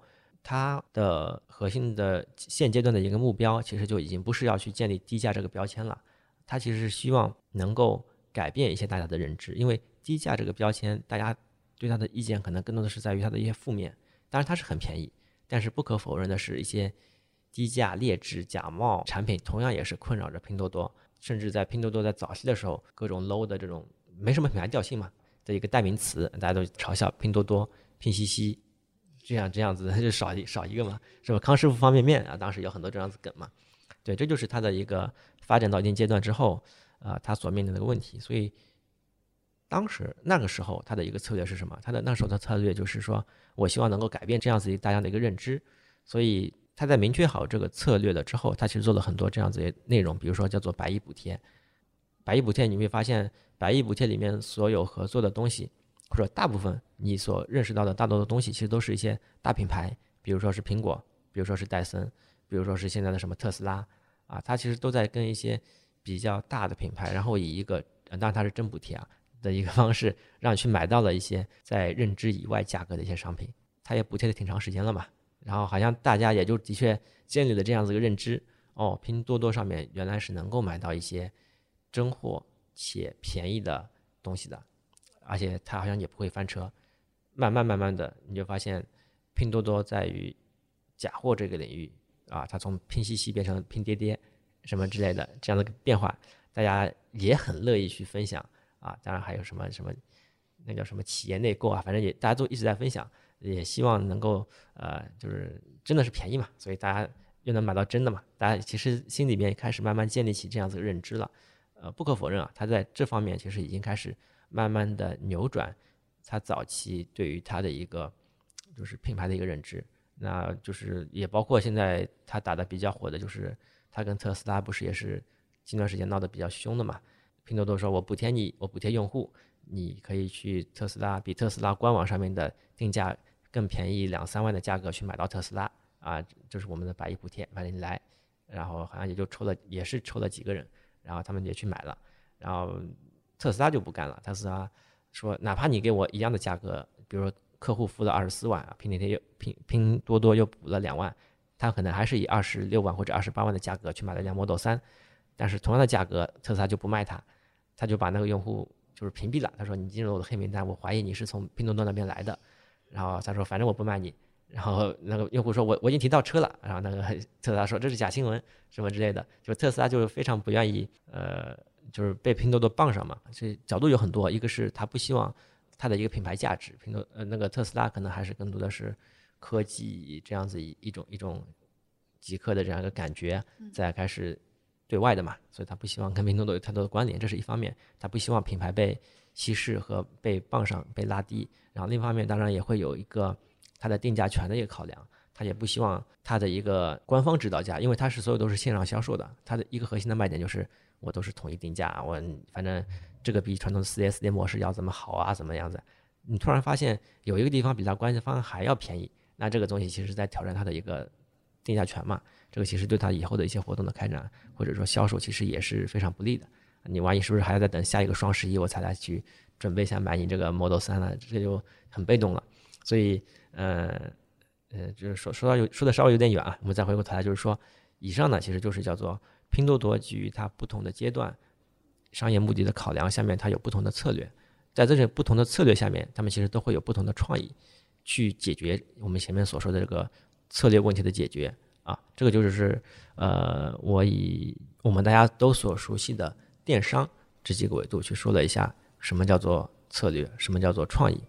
它的核心的现阶段的一个目标，其实就已经不是要去建立低价这个标签了，它其实是希望能够改变一些大家的认知，因为低价这个标签，大家对它的意见可能更多的是在于它的一些负面。当然它是很便宜，但是不可否认的是，一些低价、劣质、假冒产品同样也是困扰着拼多多，甚至在拼多多在早期的时候，各种 low 的这种没什么品牌调性嘛的一个代名词，大家都嘲笑拼多多、拼夕夕，这样这样子就少一少一个嘛，是吧？康师傅方便面啊，当时有很多这样子梗嘛。对，这就是它的一个发展到一定阶段之后，啊，它所面临的一个问题。所以当时那个时候，它的一个策略是什么？它的那时候的策略就是说，我希望能够改变这样子大家的一个认知。所以他在明确好这个策略了之后，他其实做了很多这样子的内容，比如说叫做百亿补贴。百亿补贴你会发现，百亿补贴里面所有合作的东西，或者大部分你所认识到的大多的东西，其实都是一些大品牌，比如说是苹果，比如说是戴森，比如说是现在的什么特斯拉啊，它其实都在跟一些比较大的品牌，然后以一个当然它是真补贴啊的一个方式，让你去买到了一些在认知以外价格的一些商品。它也补贴了挺长时间了嘛，然后好像大家也就的确建立了这样子一个认知，哦，拼多多上面原来是能够买到一些真货且便宜的东西的，而且它好像也不会翻车。慢慢慢慢的，你就发现拼多多在于假货这个领域啊，它从拼夕夕变成拼爹爹什么之类的这样的变化，大家也很乐意去分享啊。当然还有什么什么那叫什么企业内购啊，反正也大家都一直在分享。也希望能够呃，就是真的是便宜嘛，所以大家又能买到真的嘛，大家其实心里面开始慢慢建立起这样子的认知了。呃，不可否认啊，他在这方面其实已经开始慢慢的扭转他早期对于他的一个就是品牌的一个认知。那就是也包括现在他打的比较火的就是他跟特斯拉不是也是近段时间闹得比较凶的嘛，拼多多说我补贴你，我补贴用户，你可以去特斯拉比特斯拉官网上面的定价更便宜两三万的价格去买到特斯拉啊，就是我们的百亿补贴，反正你来，然后好像也就抽了，也是抽了几个人，然后他们也去买了，然后特斯拉就不干了，特斯拉说哪怕你给我一样的价格，比如说客户付了二十四万啊，拼多多又拼拼多多又补了两万，他可能还是以二十六万或者二十八万的价格去买了一辆 Model 三，但是同样的价格特斯拉就不卖它，他就把那个用户就是屏蔽了，他说你进入我的黑名单，我怀疑你是从拼多多那边来的。然后他说反正我不卖你，然后那个用户说我我已经提到车了，然后那个特斯拉说这是假新闻什么之类的，就特斯拉就是非常不愿意呃就是被拼多多傍上嘛，所以角度有很多，一个是他不希望他的一个品牌价值，拼多呃那个特斯拉可能还是更多的是科技这样子一一种一种极客的这样一个感觉再开始对外的嘛，所以他不希望跟拼多多有太多的关联，这是一方面，他不希望品牌被稀释和被傍上被拉低，然后另一方面当然也会有一个它的定价权的一个考量，他也不希望它的一个官方指导价，因为它是所有都是线上销售的，它的一个核心的卖点就是我都是统一定价，我反正这个比传统的 四 S 店模式要怎么好啊怎么样子，你突然发现有一个地方比它官方还要便宜，那这个东西其实是在挑战它的一个定价权嘛，这个其实对它以后的一些活动的开展或者说销售其实也是非常不利的。你万一是不是还要再等下一个双十一我才来去准备想买你这个 Model 三呢？这就很被动了。所以，呃，呃，就是说说到有说的稍微有点远啊，我们再回过头来，就是说，以上呢其实就是叫做拼多多基于它不同的阶段商业目的的考量下面，它有不同的策略，在这种不同的策略下面，他们其实都会有不同的创意去解决我们前面所说的这个策略问题的解决啊。这个就是呃，我以我们大家都所熟悉的电商这几个维度去说了一下什么叫做策略，什么叫做创意。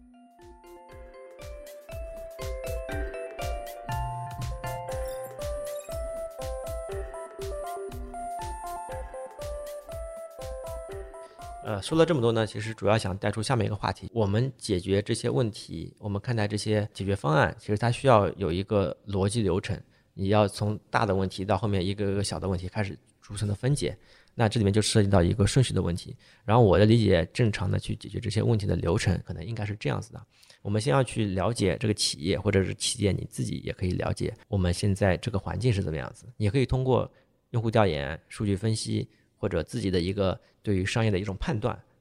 呃，说了这么多呢，其实主要想带出下面一个话题，我们解决这些问题，我们看待这些解决方案，其实它需要有一个逻辑流程，你要从大的问题到后面一个个小的问题开始逐层的分解，那这里面就涉及到一个顺序的问题。然后我的理解，正常的去解决这些问题的流程，可能应该是这样子的：我们先要去了解这个企业，或者是企业你自己也可以了解我们现在这个环境是怎么样子。你可以通过用户调研、数据分析，或者自己的一个对于商业的一种判断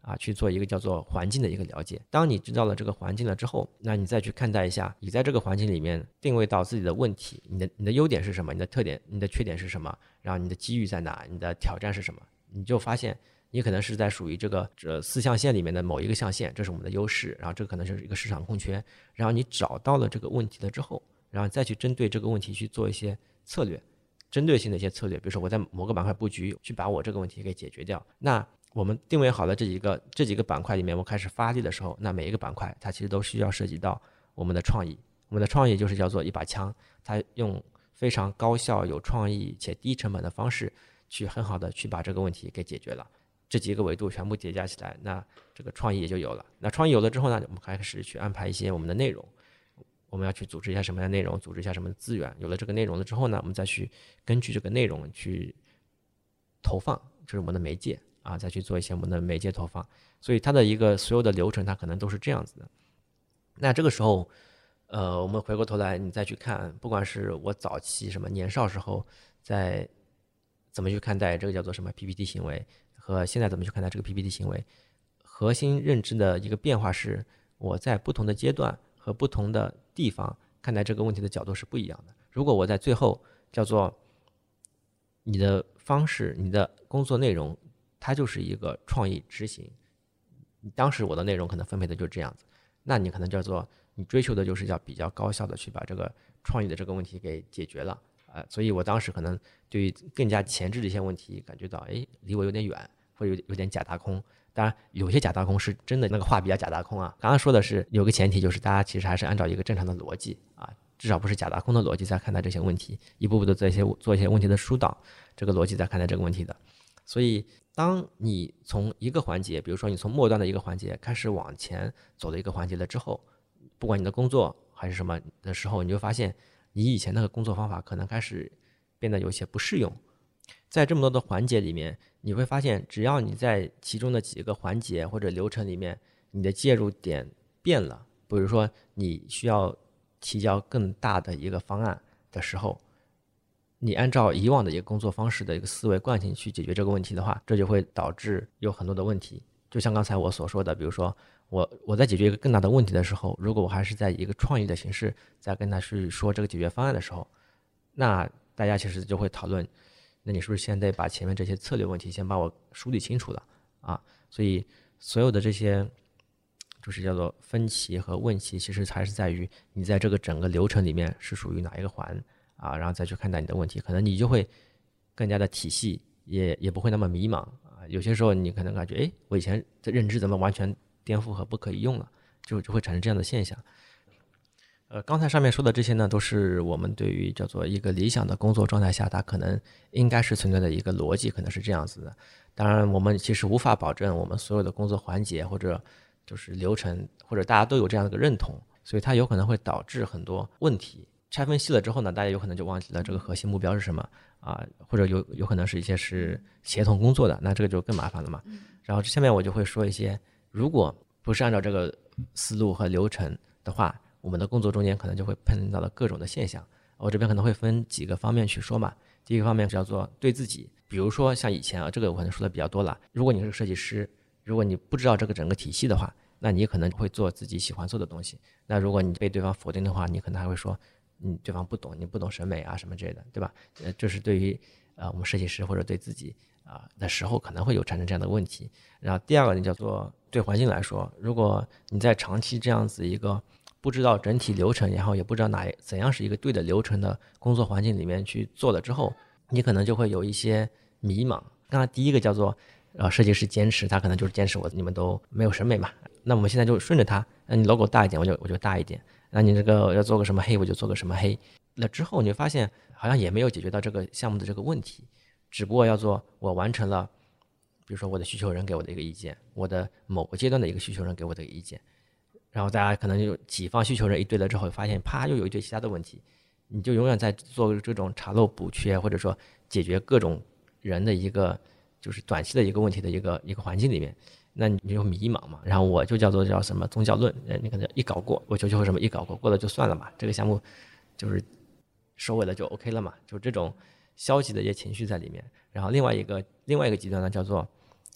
啊，去做一个叫做环境的一个了解。当你知道了这个环境了之后，那你再去看待一下你在这个环境里面定位到自己的问题，你的你的优点是什么，你的特点，你的缺点是什么，然后你的机遇在哪，你的挑战是什么，你就发现你可能是在属于这个这四象限里面的某一个象限，这是我们的优势，然后这可能就是一个市场空缺，然后你找到了这个问题了之后，然后再去针对这个问题去做一些策略，针对性的一些策略，比如说我在某个板块布局，去把我这个问题给解决掉。那我们定位好了这几个这几个板块里面，我开始发力的时候，那每一个板块它其实都需要涉及到我们的创意。我们的创意就是叫做一把枪，它用非常高效、有创意且低成本的方式，去很好的去把这个问题给解决了。这几个维度全部叠加起来，那这个创意也就有了。那创意有了之后呢，我们开始去安排一些我们的内容。我们要去组织一下什么样的内容，组织一下什么资源。有了这个内容了之后呢，我们再去根据这个内容去投放，就是我们的媒介啊，再去做一些我们的媒介投放。所以它的一个所有的流程，它可能都是这样子的。那这个时候，呃，我们回过头来，你再去看，不管是我早期什么年少时候在怎么去看待这个叫做什么 P P T 行为，和现在怎么去看待这个 P P T 行为，核心认知的一个变化是，我在不同的阶段和不同的地方看待这个问题的角度是不一样的。如果我在最后叫做你的方式，你的工作内容，它就是一个创意执行，当时我的内容可能分配的就是这样子，那你可能叫做你追求的就是要比较高效的去把这个创意的这个问题给解决了。呃，所以我当时可能对于更加前置的一些问题感觉到，哎，离我有点远，或者有有点假大空。当然，有些假大空是真的那个话比较假大空啊。刚刚说的是有个前提，就是大家其实还是按照一个正常的逻辑啊，至少不是假大空的逻辑在看待这些问题，一步步的做一些做一些问题的疏导，这个逻辑在看待这个问题的。所以，当你从一个环节，比如说你从末端的一个环节开始往前走的一个环节了之后，不管你的工作还是什么的时候，你就发现你以前那个工作方法可能开始变得有些不适用。在这么多的环节里面，你会发现，只要你在其中的几个环节或者流程里面，你的介入点变了，比如说你需要提交更大的一个方案的时候，你按照以往的一个工作方式的一个思维惯性去解决这个问题的话，这就会导致有很多的问题。就像刚才我所说的，比如说我我在解决一个更大的问题的时候，如果我还是在一个创意的形式在跟他去说这个解决方案的时候，那大家其实就会讨论，那你是不是先得把前面这些策略问题先把我梳理清楚了啊？所以所有的这些就是叫做分歧和问题，其实还是在于你在这个整个流程里面是属于哪一个环啊，然后再去看待你的问题，可能你就会更加的体系，也也不会那么迷茫啊。有些时候你可能感觉，哎，我以前的认知怎么完全颠覆和不可以用了，就就会产生这样的现象。呃，刚才上面说的这些呢，都是我们对于叫做一个理想的工作状态下，它可能应该是存在的一个逻辑，可能是这样子的。当然，我们其实无法保证我们所有的工作环节或者就是流程，或者大家都有这样的一个认同，所以它有可能会导致很多问题。拆分细了之后呢，大家有可能就忘记了这个核心目标是什么啊，或者有有可能是一些是协同工作的，那这个就更麻烦了嘛。然后下面我就会说一些，如果不是按照这个思路和流程的话，我们的工作中间可能就会碰到了各种的现象。我这边可能会分几个方面去说嘛。第一个方面叫做对自己，比如说像以前啊，这个我可能说的比较多了。如果你是个设计师，如果你不知道这个整个体系的话，那你可能会做自己喜欢做的东西。那如果你被对方否定的话，你可能还会说，嗯，对方不懂，你不懂审美啊什么之类的，对吧？呃，这是对于呃我们设计师或者对自己啊、呃、的时候可能会有产生这样的问题。然后第二个呢叫做对环境来说，如果你在长期这样子一个不知道整体流程，然后也不知道哪怎样是一个对的流程的工作环境里面去做了之后，你可能就会有一些迷茫。刚才第一个叫做呃设计师坚持，他可能就是坚持我你们都没有审美嘛，那我们现在就顺着他，那你 logo 大一点我就我就大一点，那你这个要做个什么黑我就做个什么黑。那之后你就发现好像也没有解决到这个项目的这个问题，只不过要做我完成了，比如说我的需求人给我的一个意见，我的某个阶段的一个需求人给我的一个意见，然后大家可能就几方需求人一对了之后，发现啪又有一堆其他的问题，你就永远在做这种查漏补缺，或者说解决各种人的一个就是短期的一个问题的一个一个环境里面，那你就迷茫嘛。然后我就叫做叫什么宗教论，你可能一搞过，我求求什么一搞过，过了就算了嘛，这个项目就是收尾了就 OK 了嘛，就这种消极的一些情绪在里面。然后另外一个另外一个极端呢，叫做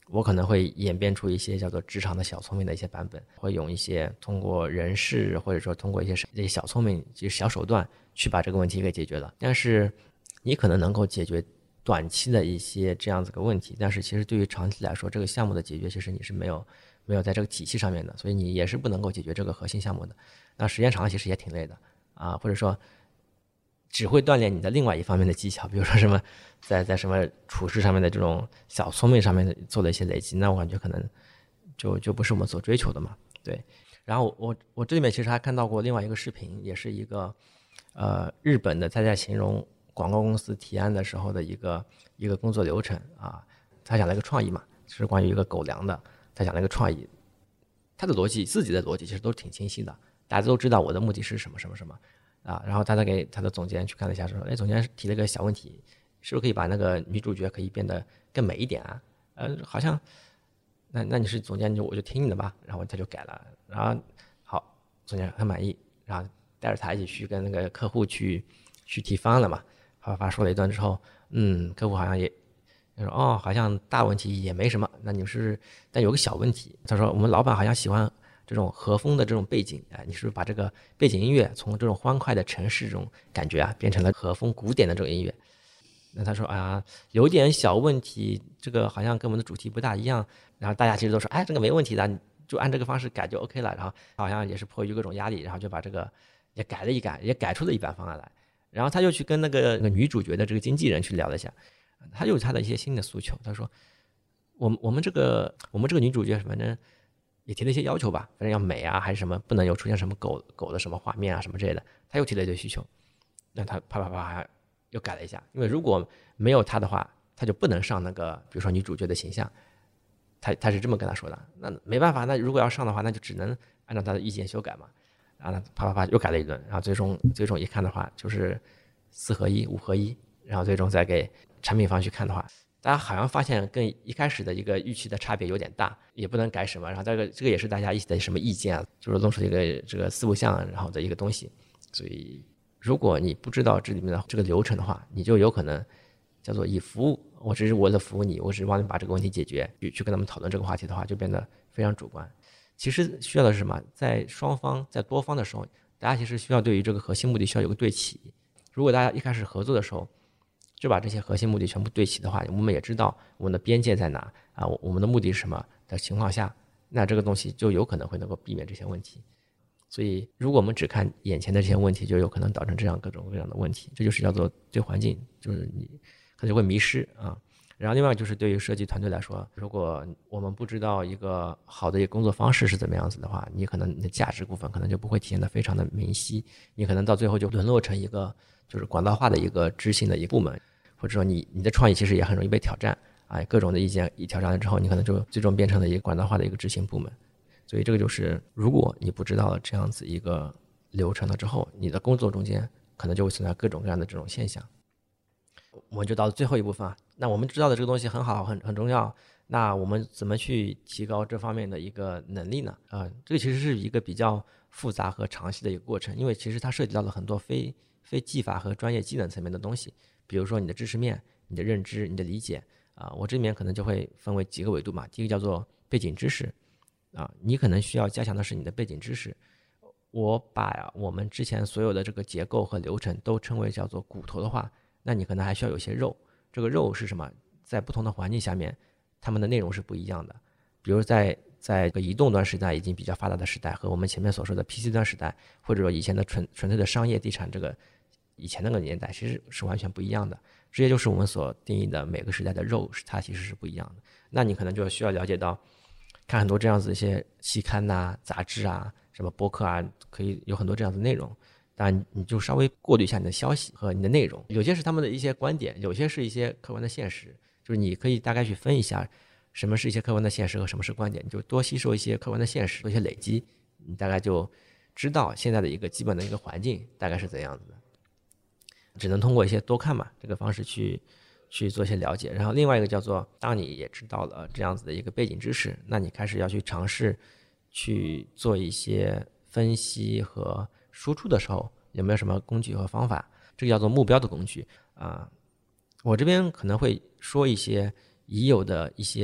我可能会演变出一些叫做职场的小聪明的一些版本，会用一些通过人事或者说通过一些这些小聪明、就是小手段去把这个问题给解决了。但是你可能能够解决短期的一些这样子个问题，但是其实对于长期来说，这个项目的解决其实你是没有没有在这个体系上面的，所以你也是不能够解决这个核心项目的。那时间长了其实也挺累的啊，或者说只会锻炼你的另外一方面的技巧，比如说什么在在什么处事上面的这种小聪明上面的做的一些累积，那我感觉可能就就不是我们所追求的嘛。对，然后我我这里面其实还看到过另外一个视频，也是一个呃日本的他在形容广告公司提案的时候的一个一个工作流程啊，他讲了一个创意嘛，是关于一个狗粮的，他讲了一个创意，他的逻辑自己的逻辑其实都挺清晰的，大家都知道我的目的是什么什么什么。啊，然后他再给他的总监去看了一下，说：“哎，总监提了个小问题，是不是可以把那个女主角可以变得更美一点啊？”呃，好像，那那你是总监，就我就听你的吧。然后他就改了，然后好，总监很满意，然后带着他一起去跟那个客户去去提方案了嘛。啪啪啪说了一段之后，嗯，客户好像也他说哦，好像大问题也没什么，那你们是但有个小问题，他说我们老板好像喜欢这种和风的这种背景，哎，你是不是把这个背景音乐从这种欢快的城市这种感觉啊，变成了和风古典的这种音乐？那他说啊，有点小问题，这个好像跟我们的主题不大一样。然后大家其实都说，哎，这个没问题的，你就按这个方式改就 OK 了。然后好像也是迫于各种压力，然后就把这个也改了一改，也改出了一版方案来。然后他就去跟那个那个女主角的这个经纪人去聊了一下，他有他的一些新的诉求。他说，我们我们这个我们这个女主角反正也提了一些要求吧，反正要美啊，还是什么，不能有出现什么狗狗的什么画面啊什么之类的。他又提了一堆需求，那他啪啪啪又改了一下，因为如果没有他的话，他就不能上那个，比如说女主角的形象。他他是这么跟他说的，那没办法，那如果要上的话，那就只能按照他的意见修改嘛。然后他啪啪啪又改了一顿，然后最终最终一看的话，就是四合一、五合一，然后最终再给产品方去看的话，大家好像发现跟一开始的一个预期的差别有点大，也不能改什么。然后这个这个也是大家一起的什么意见啊，就是弄出一个这个四不像然后的一个东西。所以如果你不知道这里面的这个流程的话，你就有可能叫做以服务，我只是为了服务你，我只是帮你把这个问题解决，去去跟他们讨论这个话题的话，就变得非常主观。其实需要的是什么？在双方在多方的时候，大家其实需要对于这个核心目的需要有个对齐。如果大家一开始合作的时候就把这些核心目的全部对齐的话，我们也知道我们的边界在哪啊，我们的目的是什么的情况下，那这个东西就有可能会能够避免这些问题。所以如果我们只看眼前的这些问题，就有可能导致这样各种各样的问题，这就是叫做对环境，就是你可能会迷失啊。然后另外就是对于设计团队来说，如果我们不知道一个好的一个工作方式是怎么样子的话，你可能你的价值部分可能就不会体现得非常的明晰，你可能到最后就沦落成一个就是广告化的一个执行的一个部门，或者说你你的创意其实也很容易被挑战啊，各种的意见一挑战了之后，你可能就最终变成了一个广告化的一个执行部门。所以这个就是如果你不知道这样子一个流程了之后，你的工作中间可能就会存在各种各样的这种现象。我们就到了最后一部分啊，那我们知道的这个东西很好，很很重要，那我们怎么去提高这方面的一个能力呢？啊、呃，这个其实是一个比较复杂和长期的一个过程，因为其实它涉及到了很多非非技法和专业技能层面的东西，比如说你的知识面、你的认知、你的理解啊、呃，我这里面可能就会分为几个维度嘛。第一个叫做背景知识啊、呃，你可能需要加强的是你的背景知识。我把我们之前所有的这个结构和流程都称为叫做骨头的话，那你可能还需要有些肉。这个肉是什么？在不同的环境下面，它们的内容是不一样的。比如在在个移动端时代已经比较发达的时代，和我们前面所说的 P C 端时代，或者说以前的纯纯粹的商业地产这个以前那个年代，其实是完全不一样的。这些就是我们所定义的每个时代的肉，它其实是不一样的。那你可能就需要了解到，看很多这样子一些期刊呐、啊、杂志啊、什么博客啊，可以有很多这样子内容。当然，你就稍微过滤一下你的消息和你的内容，有些是他们的一些观点，有些是一些客观的现实，就是你可以大概去分一下，什么是一些客观的现实和什么是观点，你就多吸收一些客观的现实，做一些累积，你大概就知道现在的一个基本的一个环境大概是怎样子的。只能通过一些多看嘛这个方式去去做一些了解。然后另外一个叫做，当你也知道了这样子的一个背景知识，那你开始要去尝试去做一些分析和输出的时候，有没有什么工具和方法？这个叫做目标的工具啊、呃。我这边可能会说一些已有的一些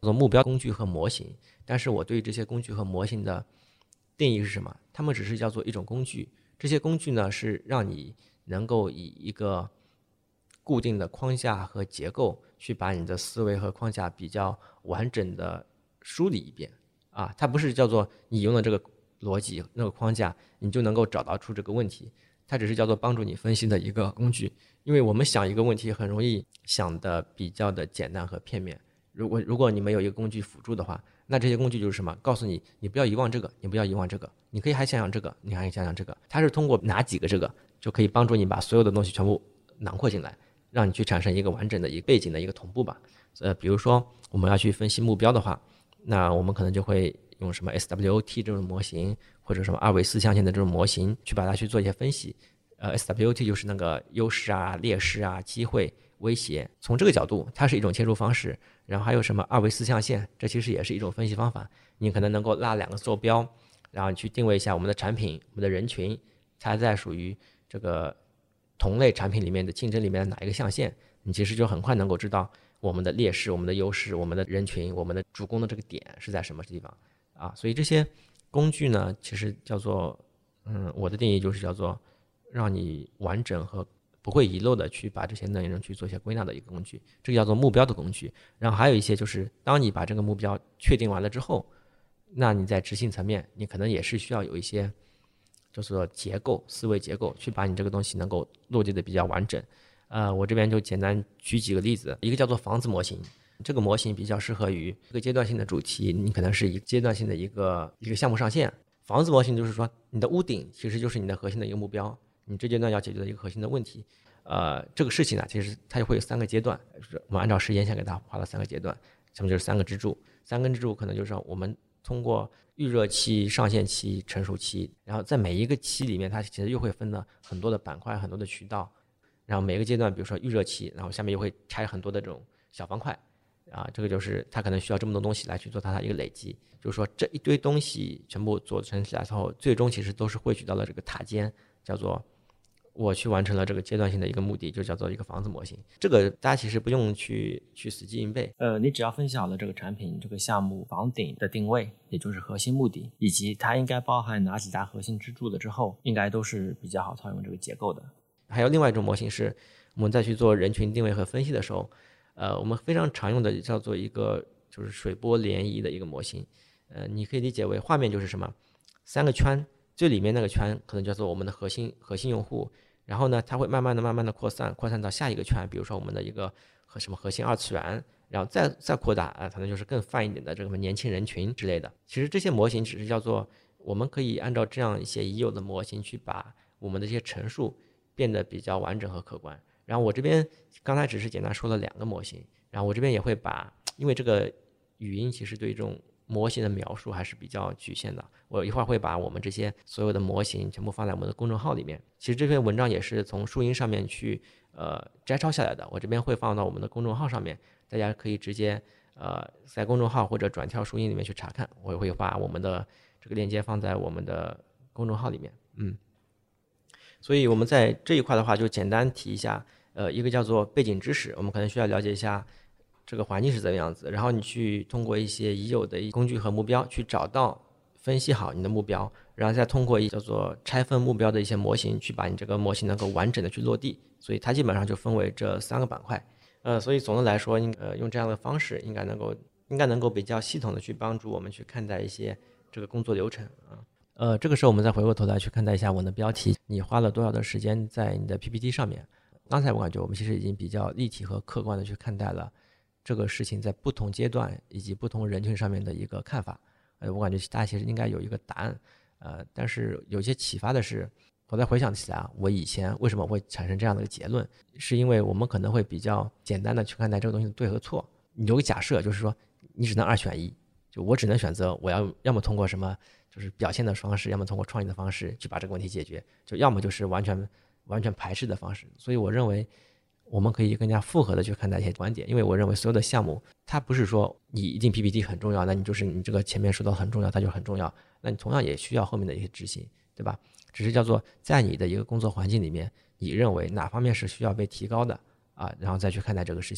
做目标工具和模型。但是我对于这些工具和模型的定义是什么？它们只是叫做一种工具。这些工具呢，是让你能够以一个固定的框架和结构去把你的思维和框架比较完整的梳理一遍啊。它不是叫做你用了这个逻辑那个框架你就能够找到出这个问题，它只是叫做帮助你分析的一个工具。因为我们想一个问题很容易想的比较的简单和片面，如果如果你没有一个工具辅助的话，那这些工具就是什么？告诉你，你不要遗忘这个，你不要遗忘这个，你可以还想想这个，你还想想这个。它是通过哪几个这个，就可以帮助你把所有的东西全部囊括进来，让你去产生一个完整的一个背景的一个同步吧。呃，比如说我们要去分析目标的话，那我们可能就会用什么 S W O T 这种模型，或者什么二维四象限的这种模型，去把它去做一些分析。呃 ，S W O T 就是那个优势啊、劣势啊、机会、威胁，从这个角度，它是一种切入方式。然后还有什么二维四象限，这其实也是一种分析方法。你可能能够拉两个坐标，然后去定位一下我们的产品、我们的人群，它在属于这个同类产品里面的竞争里面的哪一个象限，你其实就很快能够知道我们的劣势、我们的优势、我们的人群、我们的主攻的这个点是在什么地方啊。所以这些工具呢，其实叫做，嗯，我的定义就是叫做让你完整和不会遗漏的去把这些内容去做一些归纳的一个工具，这个叫做目标的工具。然后还有一些就是当你把这个目标确定完了之后，那你在执行层面你可能也是需要有一些就是说结构思维结构去把你这个东西能够落地的比较完整。呃，我这边就简单举几个例子，一个叫做房子模型，这个模型比较适合于一个阶段性的主题，你可能是一个阶段性的一个一个项目上线。房子模型就是说你的屋顶其实就是你的核心的一个目标，你这阶段要解决的一个核心的问题。呃，这个事情呢，其实它会有三个阶段，就是我们按照时间线给它划了三个阶段，什么就是三个支柱。三根支柱可能就是我们通过预热期、上线期、成熟期，然后在每一个期里面，它其实又会分了很多的板块、很多的渠道。然后每个阶段，比如说预热期，然后下面又会拆很多的这种小方块，啊，这个就是它可能需要这么多东西来去做它的一个累积。就是说这一堆东西全部做成起来之后，最终其实都是汇聚到了这个塔尖，叫做我去完成了这个阶段性的一个目的，就叫做一个房子模型。这个大家其实不用去去死记硬背，呃，你只要分析好了这个产品、这个项目房顶的定位，也就是核心目的，以及它应该包含哪几大核心支柱的之后，应该都是比较好套用这个结构的。还有另外一种模型是，我们再去做人群定位和分析的时候，呃，我们非常常用的叫做一个就是水波涟漪的一个模型。呃，你可以理解为画面就是什么，三个圈，最里面那个圈可能叫做我们的核心核心用户，然后呢，它会慢慢的慢慢的扩散扩散到下一个圈，比如说我们的一个和什么核心二次元，然后再再扩大啊，可能就是更泛一点的这个年轻人群之类的。其实这些模型只是叫做我们可以按照这样一些已有的模型去把我们的这些陈述变得比较完整和客观。然后我这边刚才只是简单说了两个模型，然后我这边也会把，因为这个语音其实对这种模型的描述还是比较局限的，我一会儿会把我们这些所有的模型全部放在我们的公众号里面。其实这篇文章也是从树音上面去呃摘抄下来的，我这边会放到我们的公众号上面，大家可以直接呃在公众号或者转跳树音里面去查看，我也会把我们的这个链接放在我们的公众号里面。嗯，所以我们在这一块的话就简单提一下，呃，一个叫做背景知识，我们可能需要了解一下这个环境是怎么样子，然后你去通过一些已有的工具和目标去找到分析好你的目标，然后再通过一叫做拆分目标的一些模型去把你这个模型能够完整的去落地。所以它基本上就分为这三个板块。呃，所以总的来说，呃，用这样的方式应该能够应该能够比较系统的去帮助我们去看待一些这个工作流程啊。呃，这个时候我们再回过头来去看待一下我的标题，你花了多少的时间在你的 P P T 上面。刚才我感觉我们其实已经比较立体和客观的去看待了这个事情在不同阶段以及不同人群上面的一个看法。呃，我感觉大家其实应该有一个答案。呃，但是有些启发的是，我在回想起来啊，我以前为什么会产生这样的一个结论，是因为我们可能会比较简单的去看待这个东西的对和错。你有个假设，就是说你只能二选一，就我只能选择我要要么通过什么就是表现的方式，要么通过创意的方式去把这个问题解决，就要么就是完全完全排斥的方式。所以我认为我们可以更加复合的去看待一些观点，因为我认为所有的项目它不是说你一定 P P T 很重要，那你就是你这个前面说到很重要它就很重要，那你同样也需要后面的一些执行，对吧？只是叫做在你的一个工作环境里面，你认为哪方面是需要被提高的啊，然后再去看待这个事情。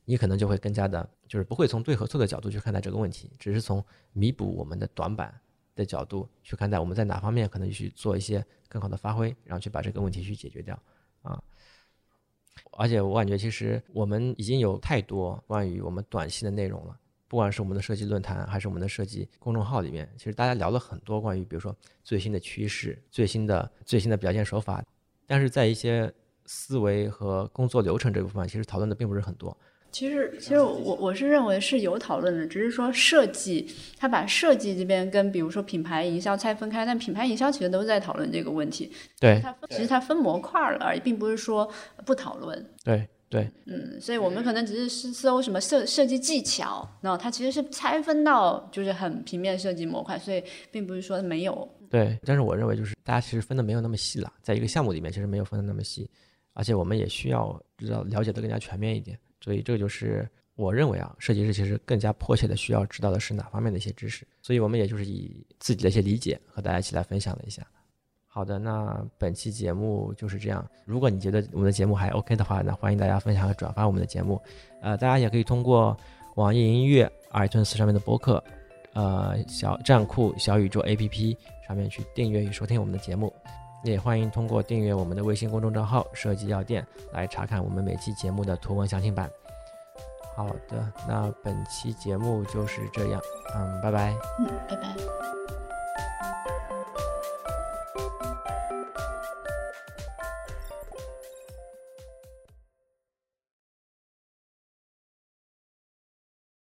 你可能就会更加的，就是不会从对和错的角度去看待这个问题，只是从弥补我们的短板的角度去看待我们在哪方面可能去做一些更好的发挥，然后去把这个问题去解决掉啊。而且我感觉其实我们已经有太多关于我们短信的内容了，不管是我们的设计论坛还是我们的设计公众号里面，其实大家聊了很多关于比如说最新的趋势、最新的最新的表现手法，但是在一些思维和工作流程这部分其实讨论的并不是很多。 其实，其实我我是认为是有讨论的，只是说设计，他把设计这边跟比如说品牌营销拆分开，但品牌营销其实都在讨论这个问题。 对， 它只是它分模块了而已，并不是说不讨论。 对对， 嗯，所以我们可能只是搜什么设设计技巧，然后它其实是拆分到就是很平面设计模块，所以并不是说没有。 对，但是我认为就是大家其实分的没有那么细了，在一个项目里面其实没有分的那么细，而且我们也需要知道了解的更加全面一点。所以这个就是我认为啊，设计师其实更加迫切的需要知道的是哪方面的一些知识，所以我们也就是以自己的一些理解和大家一起来分享了一下。好的，那本期节目就是这样。如果你觉得我们的节目还 OK 的话，那欢迎大家分享和转发我们的节目。呃，大家也可以通过网易云音乐、iTunes 上面的播客、呃小站酷、小宇宙 A P P 上面去订阅与收听我们的节目。也欢迎通过订阅我们的微信公众账号设计药店来查看我们每期节目的图文详情版。好的，那本期节目就是这样，嗯，拜拜。 嗯，拜拜。